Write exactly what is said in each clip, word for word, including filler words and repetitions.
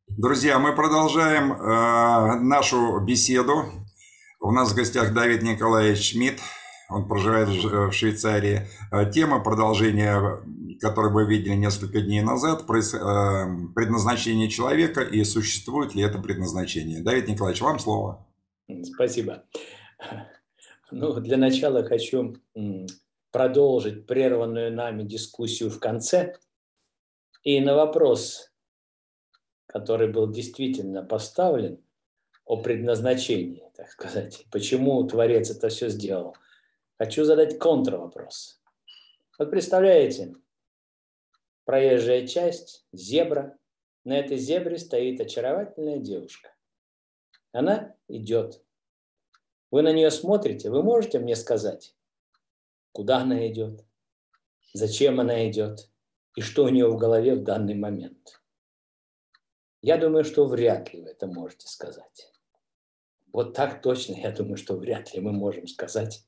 Друзья, мы продолжаем э, нашу беседу. У нас в гостях Давид Николаевич Шмидт, он проживает в, в Швейцарии. Э, тема продолжения, которую вы видели несколько дней назад, проис, э, предназначение человека и существует ли это предназначение. Давид Николаевич, вам слово. Спасибо. Ну, для начала хочу продолжить прерванную нами дискуссию в конце. И на вопрос, который был действительно поставлен, о предназначении, так сказать, почему Творец это все сделал, хочу задать контрвопрос. Вот представляете, проезжая часть, зебра, на этой зебре стоит очаровательная девушка. Она идет. Вы на нее смотрите, вы можете мне сказать, куда она идет, зачем она идет и что у нее в голове в данный момент? Я думаю, что вряд ли вы это можете сказать. Вот так точно, я думаю, что вряд ли мы можем сказать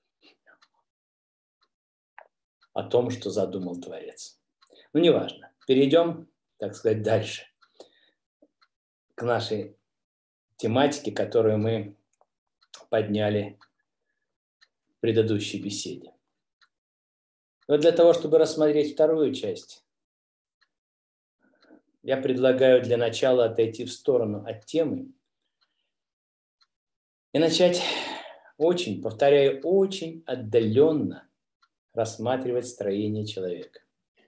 о том, что задумал Творец. Ну, неважно. Перейдем, так сказать, дальше к нашей тематике, которую мы подняли в предыдущей беседе. Но для того, чтобы рассмотреть вторую часть, я предлагаю для начала отойти в сторону от темы и начать очень, повторяю, очень отдаленно рассматривать строение человека.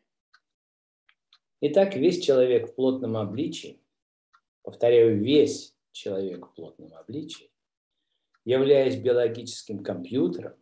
Итак, весь человек в плотном обличии, повторяю, весь человек в плотном обличии, являясь биологическим компьютером,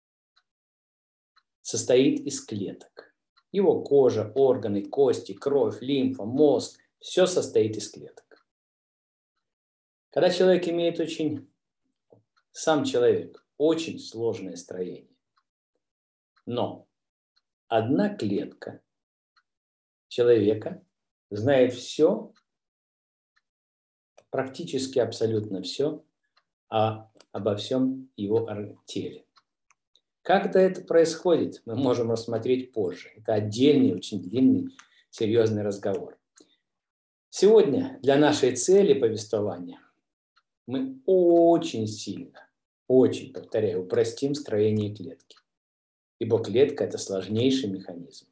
состоит из клеток. Его кожа, органы, кости, кровь, лимфа, мозг – все состоит из клеток. Когда человек имеет очень, сам человек, очень сложное строение, но одна клетка человека знает все, практически абсолютно все о, обо всем его теле. Как это происходит, мы можем рассмотреть позже. Это отдельный, очень длинный, серьезный разговор. Сегодня для нашей цели повествования мы очень сильно, очень, повторяю, упростим строение клетки. Ибо клетка – это сложнейший механизм.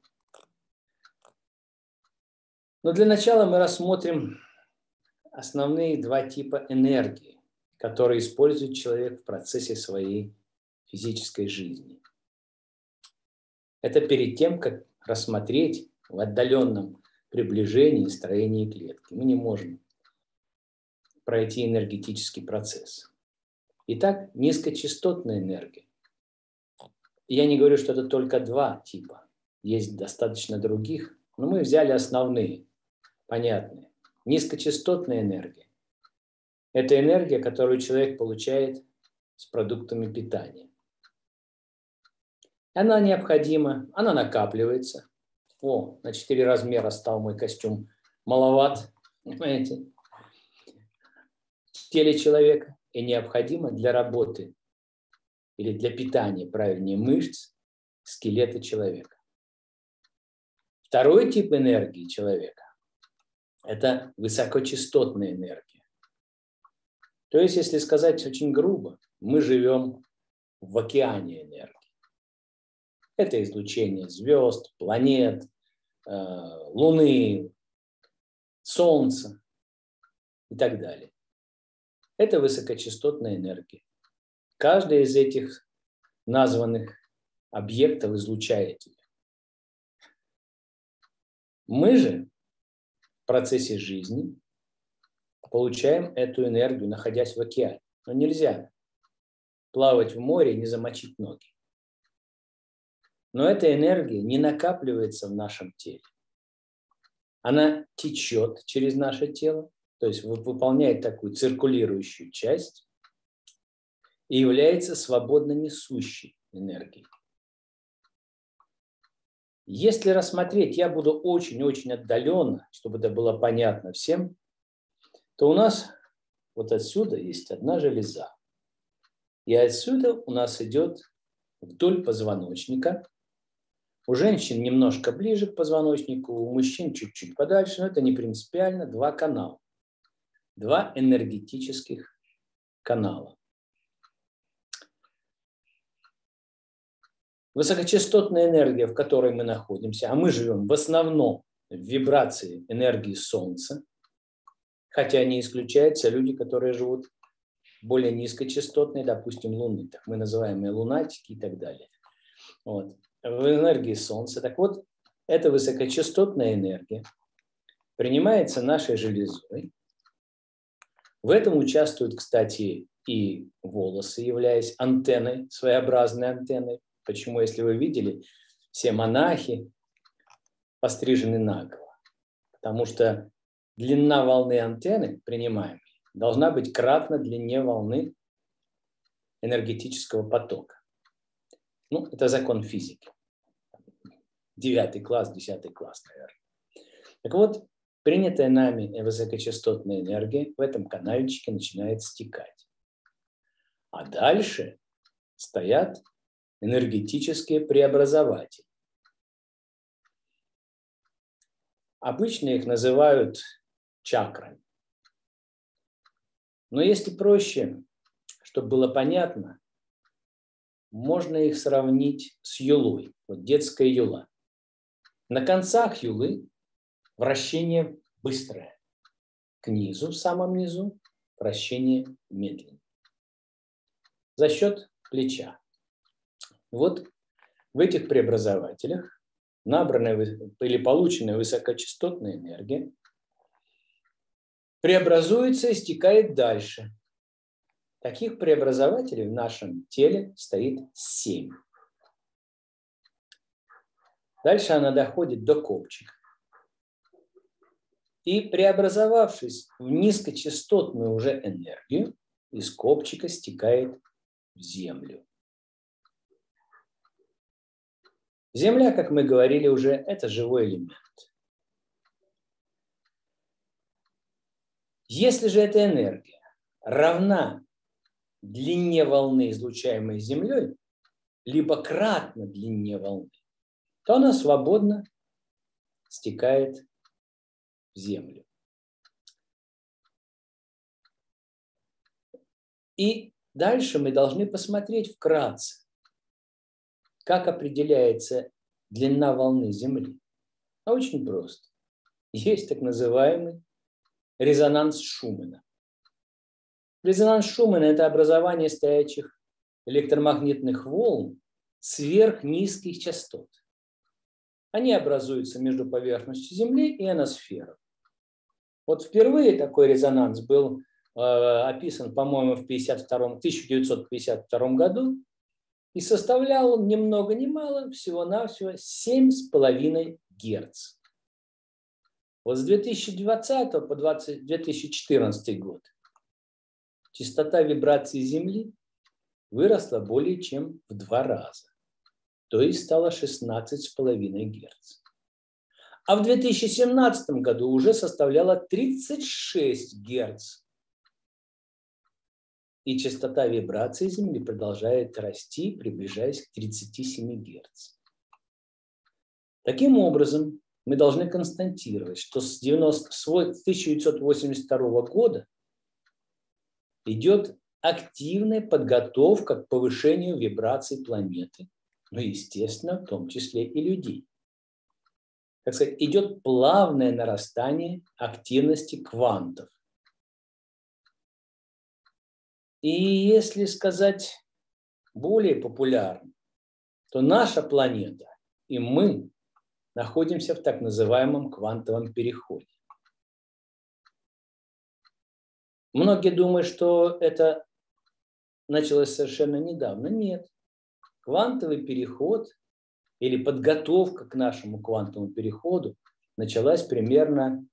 Но для начала мы рассмотрим основные два типа энергии, которые использует человек в процессе своей физической жизни. Это перед тем, как рассмотреть в отдаленном приближении строение клетки. Мы не можем пройти энергетический процесс. Итак, низкочастотная энергия. Я не говорю, что это только два типа. Есть достаточно других, но мы взяли основные, понятные. Низкочастотная энергия – это энергия, которую человек получает с продуктами питания. Она необходима, она накапливается. О, на четыре размера стал мой костюм маловат, понимаете, в теле человека и необходима для работы или для питания, правильнее, мышц скелета человека. Второй тип энергии человека – это высокочастотная энергия. То есть, если сказать очень грубо, мы живем в океане энергии. Это излучение звезд, планет, э, Луны, Солнца и так далее. Это высокочастотная энергия. Каждый из этих названных объектов излучает ее. Мы же в процессе жизни получаем эту энергию, находясь в океане. Но нельзя плавать в море и не замочить ноги. Но эта энергия не накапливается в нашем теле. Она течет через наше тело, то есть выполняет такую циркулирующую часть и является свободно несущей энергией. Если рассмотреть, я буду очень-очень отдаленно, чтобы это было понятно всем, то у нас вот отсюда есть одна железа. И отсюда у нас идет вдоль позвоночника. У женщин немножко ближе к позвоночнику, у мужчин чуть-чуть подальше, но это не принципиально, два канала. два энергетических канала. Высокочастотная энергия, в которой мы находимся, а мы живем в основном в вибрации энергии Солнца, хотя не исключаются люди, которые живут более низкочастотной, допустим, Луны, так мы называемые лунатики и так далее. Вот. В энергии Солнца. Так вот, эта высокочастотная энергия принимается нашей железой. В этом участвуют, кстати, и волосы, являясь антенной, своеобразной антенной. Почему, если вы видели, все монахи пострижены наголо? Потому что длина волны антенны, принимаемой, должна быть кратна длине волны энергетического потока. Ну, это закон физики. Девятый класс, десятый класс, наверное. Так вот, принятая нами высокочастотная энергия в этом канальчике начинает стекать. А дальше стоят энергетические преобразователи. Обычно их называют чакрами. Но если проще, чтобы было понятно, можно их сравнить с юлой. Вот детская юла. На концах юлы вращение быстрое. К низу, в самом низу, вращение медленное. За счет плеча. Вот в этих преобразователях набранная или полученная высокочастотная энергия преобразуется и стекает дальше. Таких преобразователей в нашем теле стоит семь. Дальше она доходит до копчика. И преобразовавшись в низкочастотную уже энергию, из копчика стекает в землю. Земля, как мы говорили уже, это живой элемент. Если же эта энергия равна длине волны, излучаемой Землей, либо кратно длине волны, то она свободно стекает в Землю. И дальше мы должны посмотреть вкратце, как определяется длина волны Земли. А очень просто. Есть так называемый резонанс Шумана. Резонанс Шумана – это образование стоячих электромагнитных волн сверхнизких частот. Они образуются между поверхностью Земли и ионосферой. Вот впервые такой резонанс был э, описан, по-моему, в тысяча девятьсот пятьдесят втором году и составлял он ни много ни мало, всего-навсего семь с половиной герц. Вот с две тысячи двадцатого по две тысячи четырнадцатый год частота вибраций Земли выросла более чем в два раза, то есть стала шестнадцать с половиной герц. А в две тысячи семнадцатом году уже составляла тридцать шесть герц. И частота вибраций Земли продолжает расти, приближаясь к тридцати семи герц. Таким образом, мы должны констатировать, что с тысяча девятьсот восемьдесят второго года идет активная подготовка к повышению вибраций планеты, ну, естественно, в том числе и людей. Так сказать, идет плавное нарастание активности квантов. И если сказать более популярно, то наша планета и мы находимся в так называемом квантовом переходе. Многие думают, что это началось совершенно недавно. Нет. Квантовый переход или подготовка к нашему квантовому переходу началась примерно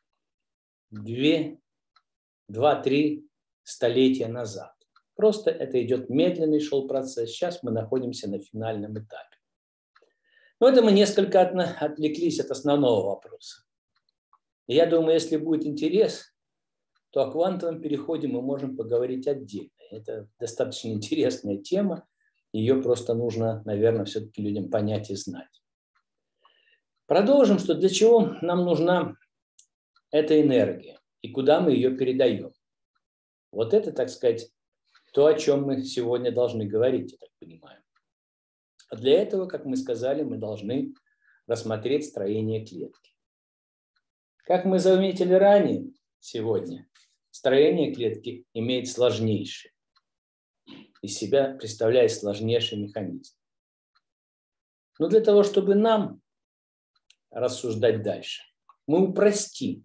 два-три столетия назад. Просто это идет медленный шел процесс. Сейчас мы находимся на финальном этапе. Но это мы несколько отвлеклись от основного вопроса. И я думаю, если будет интерес, то о квантовом переходе мы можем поговорить отдельно. Это достаточно интересная тема. Ее просто нужно, наверное, все-таки людям понять и знать. Продолжим, что для чего нам нужна эта энергия. и куда мы ее передаем. Вот это, так сказать, то, о чем мы сегодня должны говорить, я так понимаю. А для этого, как мы сказали, мы должны рассмотреть строение клетки. Как мы заметили ранее сегодня, строение клетки имеет сложнейший, из себя представляет сложнейший механизм. Но для того, чтобы нам рассуждать дальше, мы упростим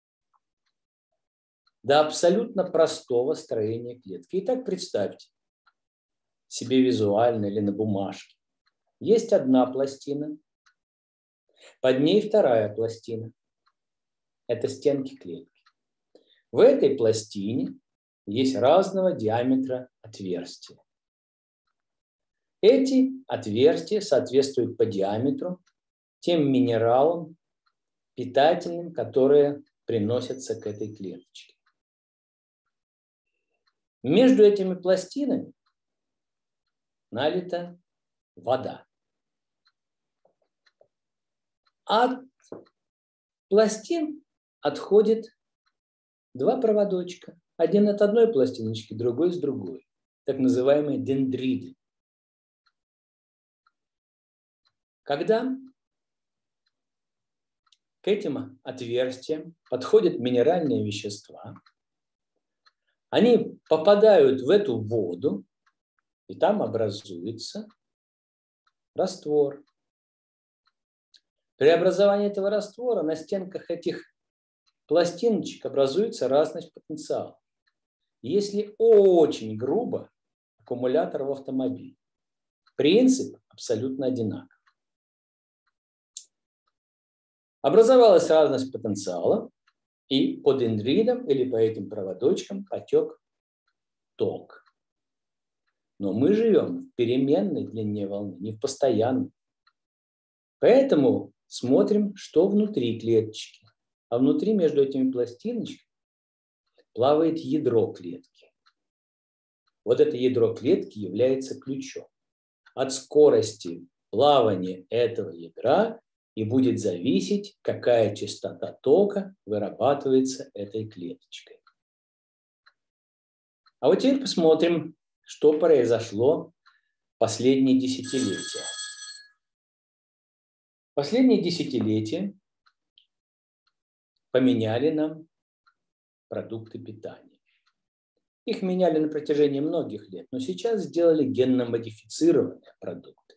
до абсолютно простого строения клетки. Итак, представьте себе визуально или на бумажке. Есть одна пластина, под ней вторая пластина. Это стенки клетки. В этой пластине есть разного диаметра отверстия. Эти отверстия соответствуют по диаметру тем минералам питательным, которые приносятся к этой клеточке. Между этими пластинами налита вода. От пластин отходит два проводочка. Один от одной пластиночки, другой с другой. Так называемые дендриды. Когда к этим отверстиям подходят минеральные вещества, они попадают в эту воду, и там образуется раствор. При образовании этого раствора на стенках этих пластиночек образуется разность потенциала. Если очень грубо, аккумулятор в автомобиле. Принцип абсолютно одинаков. Образовалась разность потенциала, и по дендридам или по этим проводочкам потек ток. Но мы живем в переменной длине волны, не в постоянной. Поэтому смотрим, что внутри клеточки. А внутри между этими пластиночками плавает ядро клетки. Вот это ядро клетки является ключом. От скорости плавания этого ядра и будет зависеть, какая частота тока вырабатывается этой клеточкой. А вот теперь посмотрим, что произошло в последние десятилетия. Последние десятилетия поменяли нам продукты питания. Их меняли на протяжении многих лет, но сейчас сделали генно-модифицированные продукты.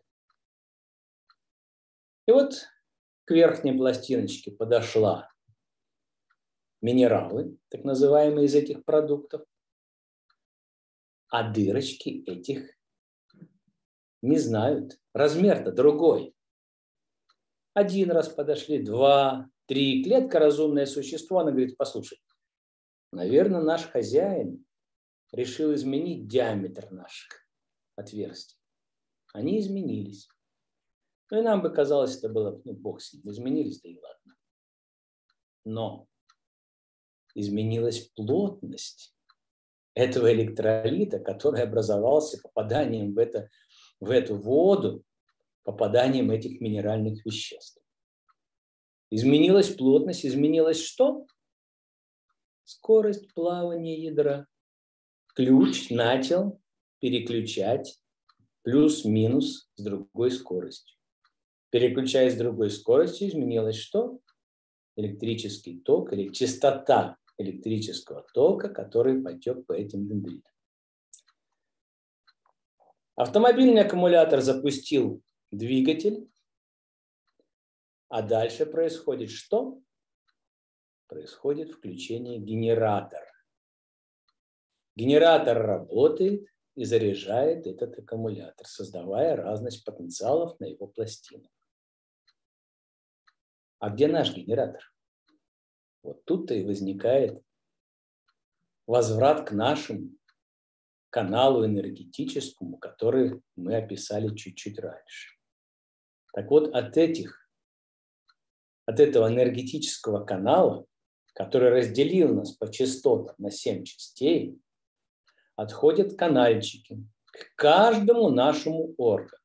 И вот к верхней пластиночке подошла минералы, так называемые из этих продуктов, а дырочки этих не знают. Размер-то другой. Один раз подошли, два, три. Клетка — разумное существо. Она говорит: послушай, наверное, наш хозяин решил изменить диаметр наших отверстий. Они изменились. Ну и нам бы казалось, это было, ну, бог с ним, изменились, да и ладно. Но изменилась плотность этого электролита, который образовался попаданием в, это, в эту воду, попаданием этих минеральных веществ. Изменилась плотность, изменилось что? Скорость плавания ядра. Ключ начал переключать плюс-минус с другой скоростью. Переключаясь с другой скоростью, изменилось что? Электрический ток или частота электрического тока, который потек по этим дендритам. Автомобильный аккумулятор запустил двигатель, а дальше происходит что? Происходит включение генератора. Генератор работает и заряжает этот аккумулятор, создавая разность потенциалов на его пластинах. А где наш генератор? Вот тут-то и возникает возврат к нашему каналу энергетическому, который мы описали чуть-чуть раньше. Так вот, от этих, от этого энергетического канала, который разделил нас по частотам на семь частей, отходят канальчики к каждому нашему органу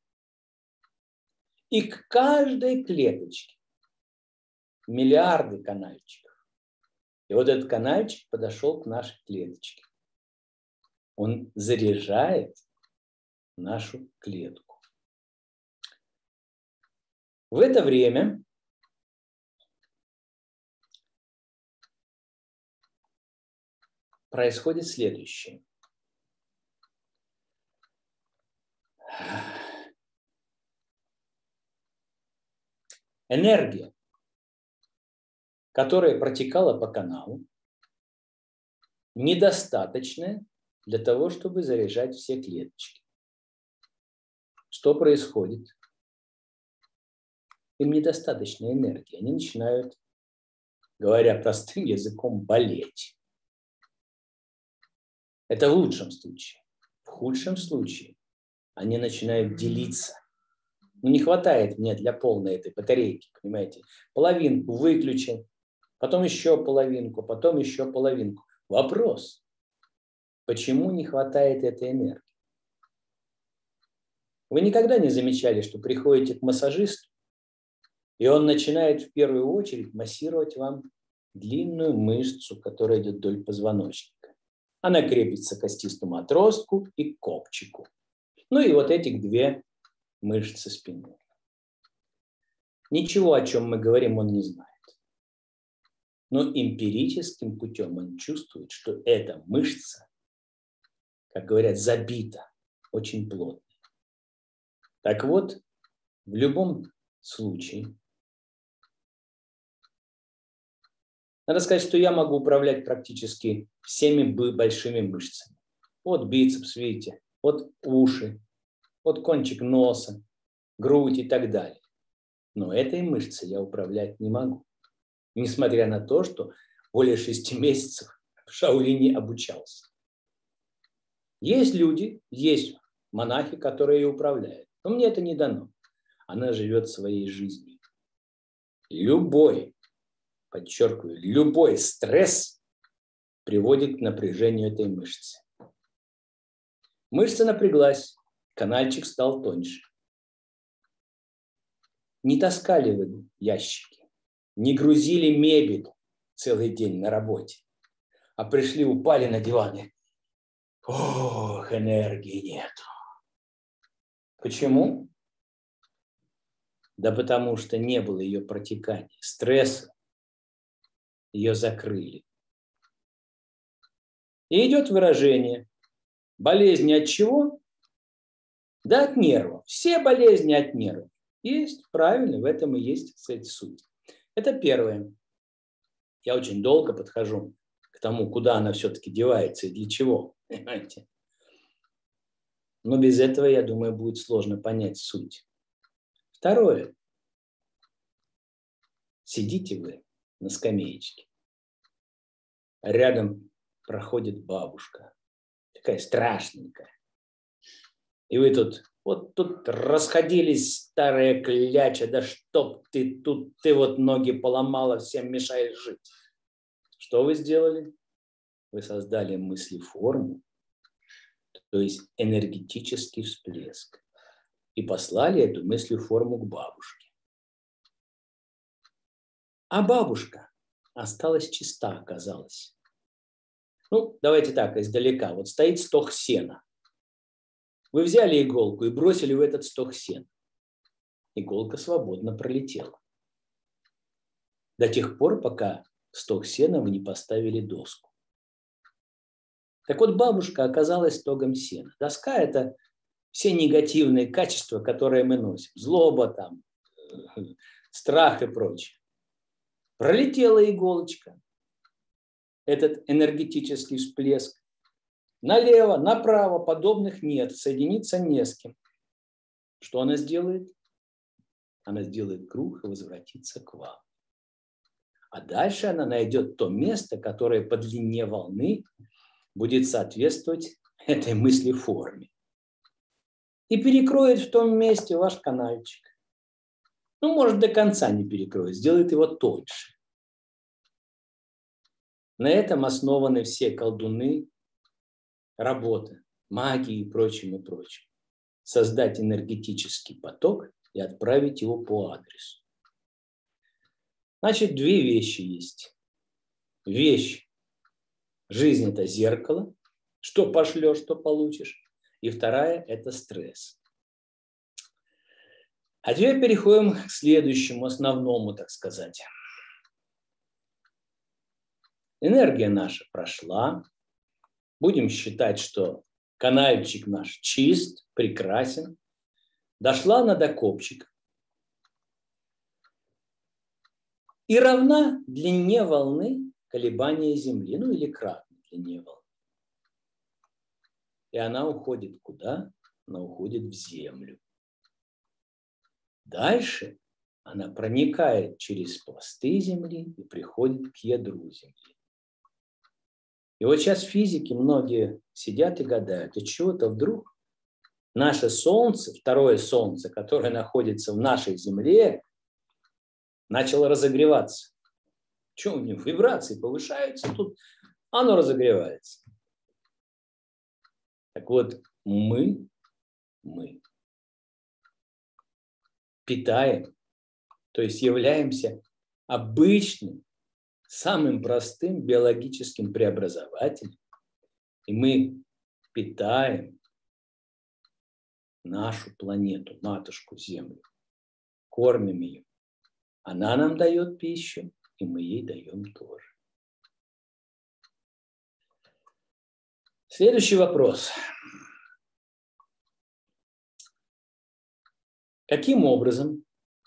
и к каждой клеточке. Миллиарды канальчиков. И вот этот канальчик подошел к нашей клеточке. Он заряжает нашу клетку. В это время происходит следующее. Энергия, которая протекала по каналу, недостаточная для того, чтобы заряжать все клеточки. Что происходит? Им недостаточно энергии. Они начинают, говоря простым языком, болеть. Это в лучшем случае. В худшем случае они начинают делиться. Ну, не хватает мне для полной этой батарейки, понимаете? Половинку выключил, потом еще половинку, потом еще половинку. Вопрос, почему не хватает этой энергии? Вы никогда не замечали, что приходите к массажисту, и он начинает в первую очередь массировать вам длинную мышцу, которая идет вдоль позвоночника. Она крепится к костистому отростку и к копчику. Ну и вот этих две мышцы спины. Ничего, о чем мы говорим, он не знает. Но эмпирическим путем он чувствует, что эта мышца, как говорят, забита очень плотно. Так вот, в любом случае, надо сказать, что я могу управлять практически всеми большими мышцами. Вот бицепс, видите, вот уши, вот кончик носа, грудь и так далее. Но этой мышцей я управлять не могу. Несмотря на то, что более шести месяцев в Шаолине обучался. Есть люди, есть монахи, которые ее управляют. Но мне это не дано. Она живет своей жизнью. Любой, подчеркиваю, любой стресс приводит к напряжению этой мышцы. Мышца напряглась, канальчик стал тоньше. Не таскали вы ящики, не грузили мебель целый день на работе, а пришли, упали на диване. Ох, энергии нету. Почему? Да потому что не было ее протекания, стресса, ее закрыли. И идет выражение. Болезни от чего? Да от нервов. Все болезни от нервов. Есть, правильно, в этом и есть, кстати, суть. Это первое. Я очень долго подхожу к тому, куда она все-таки девается и для чего. Понимаете? Но без этого, я думаю, будет сложно понять суть. Второе. Сидите вы на скамеечке. Рядом проходит бабушка. Такая страшненькая. И вы тут, вот тут расходились, старая кляча, да чтоб ты тут, ты вот ноги поломала, всем мешаешь жить. Что вы сделали? Вы создали мыслеформу, то есть энергетический всплеск, и послали эту мыслеформу к бабушке. А бабушка осталась чиста, оказалась. Ну, давайте так, издалека. Вот стоит стог сена. Вы взяли иголку и бросили в этот стог сена. Иголка свободно пролетела. До тех пор, пока в стог сена вы не поставили доску. Так вот, бабушка оказалась стогом сена. Доска – это все негативные качества, которые мы носим. Злоба, там, страх и прочее. Пролетела иголочка. Этот энергетический всплеск. Налево, направо подобных нет, соединиться не с кем. Что она сделает? Она сделает круг и возвратится к вам. А дальше она найдет то место, которое по длине волны будет соответствовать этой мыслеформе. И перекроет в том месте ваш канальчик. Ну, может, до конца не перекроет, сделает его тоньше. На этом основаны все колдуны, работа, магии и прочим, и прочим. Создать энергетический поток и отправить его по адресу. Значит, две вещи есть. вещь. Жизнь – это зеркало. Что пошлешь, то получишь. И вторая – это стресс. А теперь переходим к следующему, основному, так сказать. Энергия наша прошла. Будем считать, что канальчик наш чист, прекрасен. Дошла она до копчика. И равна длине волны колебания Земли, ну или кратно длине волны. И она уходит куда? Она уходит в Землю. Дальше она проникает через пласты Земли и приходит к ядру Земли. И вот сейчас физики многие сидят и гадают, от чего-то вдруг наше Солнце, второе Солнце, которое находится в нашей Земле, начало разогреваться. Что у него? Вибрации повышаются, тут оно разогревается. Так вот, мы, мы питаем, то есть являемся обычным, самым простым биологическим преобразователем. И мы питаем нашу планету, матушку Землю, кормим ее. Она нам дает пищу, и мы ей даем тоже. Следующий вопрос. Каким образом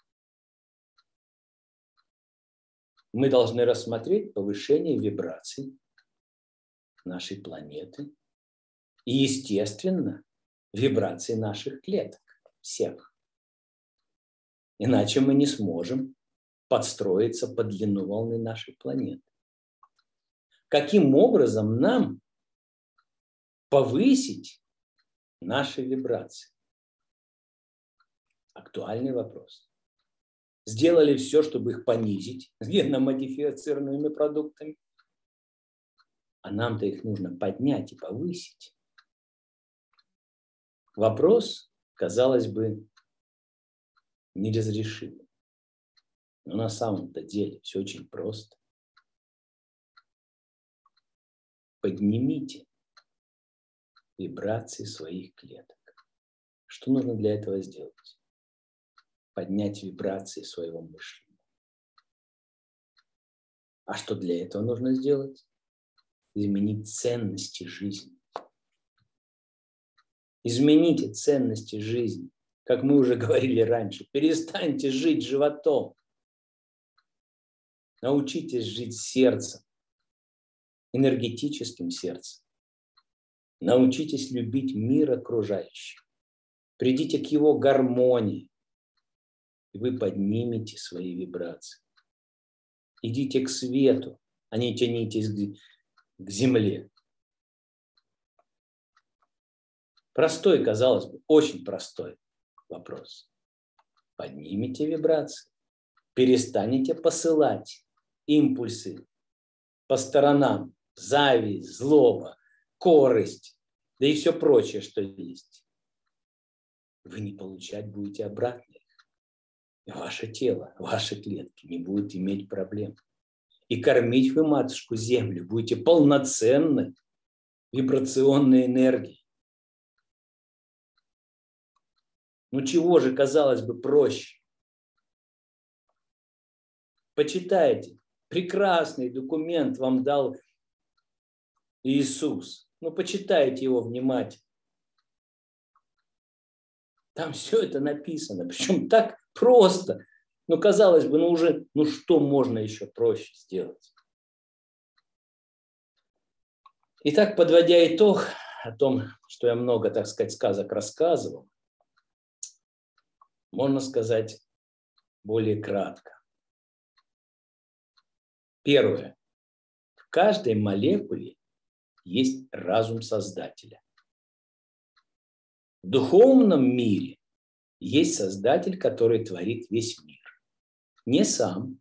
мы должны рассмотреть повышение вибраций нашей планеты и, естественно, вибраций наших клеток, всех? Иначе мы не сможем подстроиться под длину волны нашей планеты. Каким образом нам повысить наши вибрации? Актуальный вопрос. Сделали все, чтобы их понизить с генно-модифицированными продуктами. А нам-то их нужно поднять и повысить. Вопрос, казалось бы, неразрешимый. Но на самом-то деле все очень просто. Поднимите вибрации своих клеток. Что нужно для этого сделать? Поднять вибрации своего мышления. А что для этого нужно сделать? Изменить ценности жизни. Измените ценности жизни. Как мы уже говорили раньше, перестаньте жить животом. Научитесь жить сердцем, энергетическим сердцем. Научитесь любить мир окружающий. Придите к его гармонии, и вы поднимете свои вибрации. Идите к свету, а не тянитесь к земле. Простой, казалось бы, очень простой вопрос. Поднимите вибрации, перестанете посылать импульсы по сторонам, зависть, злоба, корость, да и все прочее, что есть. Вы не получать будете обратно их. И ваше тело, ваши клетки не будут иметь проблем. И кормить вы матушку Землю будете полноценной вибрационной энергией. Ну чего же, казалось бы, проще? Почитайте. Прекрасный документ вам дал Иисус. Ну, почитайте его внимательно. Там все это написано. Причем так просто. Ну, казалось бы, ну уже, ну что можно еще проще сделать? Итак, подводя итог о том, что я много, так сказать, сказок рассказывал, можно сказать более кратко. Первое. В каждой молекуле есть разум Создателя. В духовном мире есть Создатель, который творит весь мир. Не сам,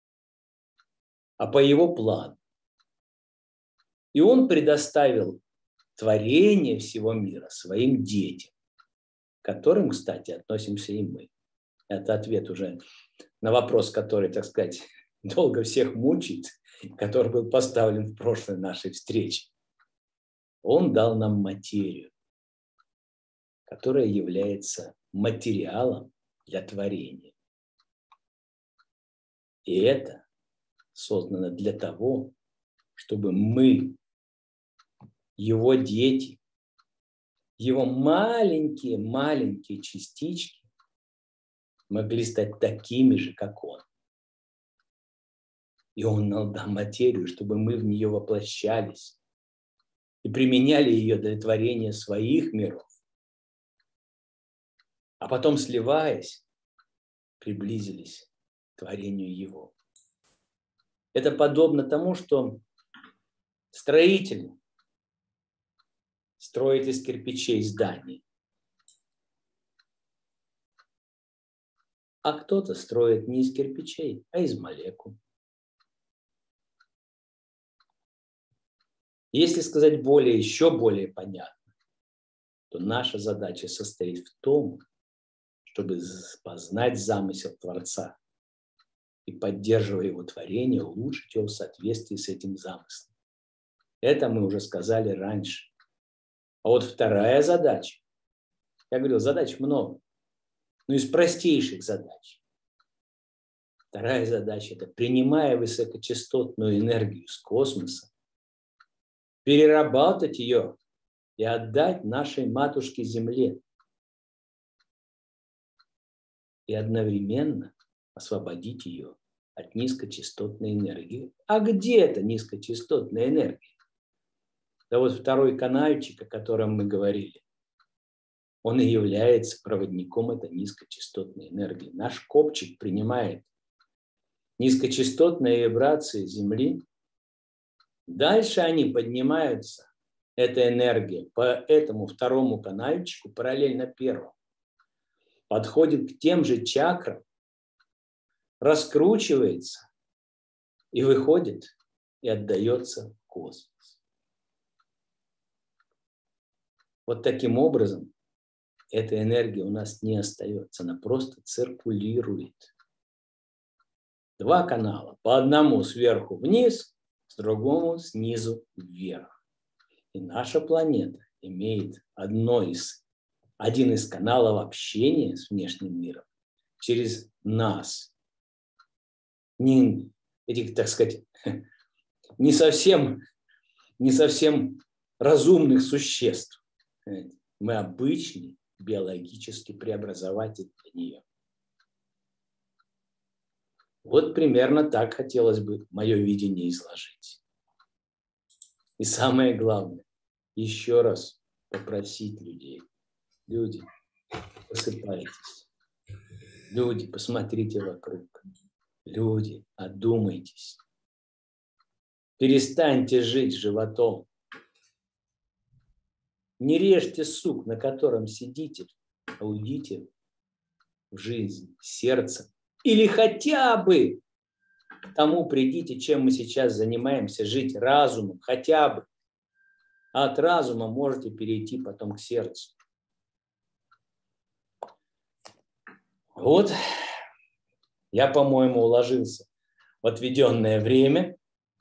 а по его плану. И он предоставил творение всего мира своим детям, к которым, кстати, относимся и мы. Это ответ уже на вопрос, который, так сказать, долго всех мучает, который был поставлен в прошлой нашей встрече. Он дал нам материю, которая является материалом для творения. И это создано для того, чтобы мы, его дети, его маленькие-маленькие частички могли стать такими же, как он. И он нам дал материю, чтобы мы в нее воплощались и применяли ее для творения своих миров. А потом, сливаясь, приблизились к творению его. Это подобно тому, что строитель строит из кирпичей здание, а кто-то строит не из кирпичей, а из молекул. Если сказать более, еще более понятно, то наша задача состоит в том, чтобы познать замысел Творца и, поддерживая его творение, улучшить его в соответствии с этим замыслом. Это мы уже сказали раньше. А вот вторая задача, я говорил, задач много, но из простейших задач. Вторая задача – это, принимая высокочастотную энергию из космоса, перерабатывать ее и отдать нашей матушке Земле. И одновременно освободить ее от низкочастотной энергии. А где эта низкочастотная энергия? Да вот второй канальчик, о котором мы говорили, он и является проводником этой низкочастотной энергии. Наш копчик принимает низкочастотные вибрации Земли. Дальше они поднимаются, эта энергия, по этому второму канальчику, параллельно первому, подходит к тем же чакрам, раскручивается и выходит и отдается в космос. Вот таким образом эта энергия у нас не остается, она просто циркулирует. Два канала, по одному сверху вниз, с другому снизу вверх. И наша планета имеет одно из, один из каналов общения с внешним миром через нас. Не, этих, так сказать, не совсем, не совсем разумных существ. Мы обычный биологический преобразователь для нее. Вот примерно так хотелось бы мое видение изложить. И самое главное, еще раз попросить людей. Люди, просыпайтесь. Люди, посмотрите вокруг. Люди, одумайтесь. Перестаньте жить животом. Не режьте сук, на котором сидите, а уйдите в жизнь, сердцем. Или хотя бы тому придите, чем мы сейчас занимаемся, жить разумом, хотя бы. А от разума можете перейти потом к сердцу. Вот я, по-моему, уложился в отведенное время.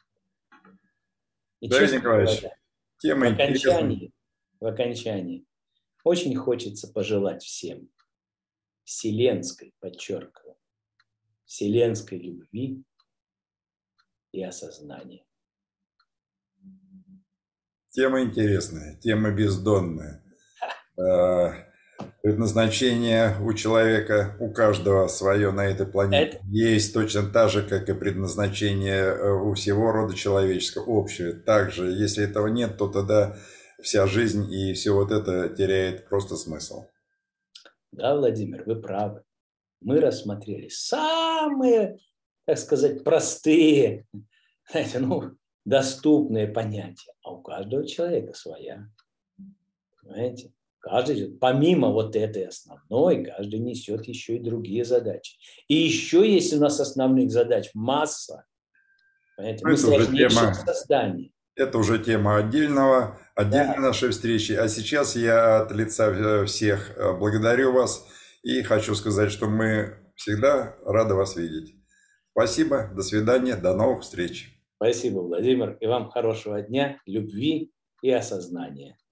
И, Давид Николаевич, говоря, тема в окончании, интересная. в окончании очень хочется пожелать всем вселенской, подчеркиваю, вселенской любви и осознания. Тема интересная, тема бездонная. Предназначение у человека, у каждого свое на этой планете. Это... Есть точно так же, как и предназначение у всего рода человеческого, общее. Также, если этого нет, то тогда вся жизнь и все вот это теряет просто смысл. Да, Владимир, вы правы. Мы рассмотрели самые, так сказать, простые, знаете, ну, доступные понятия. А у каждого человека своя. Понимаете? Каждый, помимо вот этой основной, каждый несет еще и другие задачи. И еще есть у нас основных задач масса. Понимаете? Мы сложнейшие в создании. Это уже тема отдельного, отдельной да. нашей встречи. А сейчас я от лица всех благодарю вас и хочу сказать, что мы всегда рады вас видеть. Спасибо, до свидания, до новых встреч. Спасибо, Владимир, и вам хорошего дня, любви и осознания.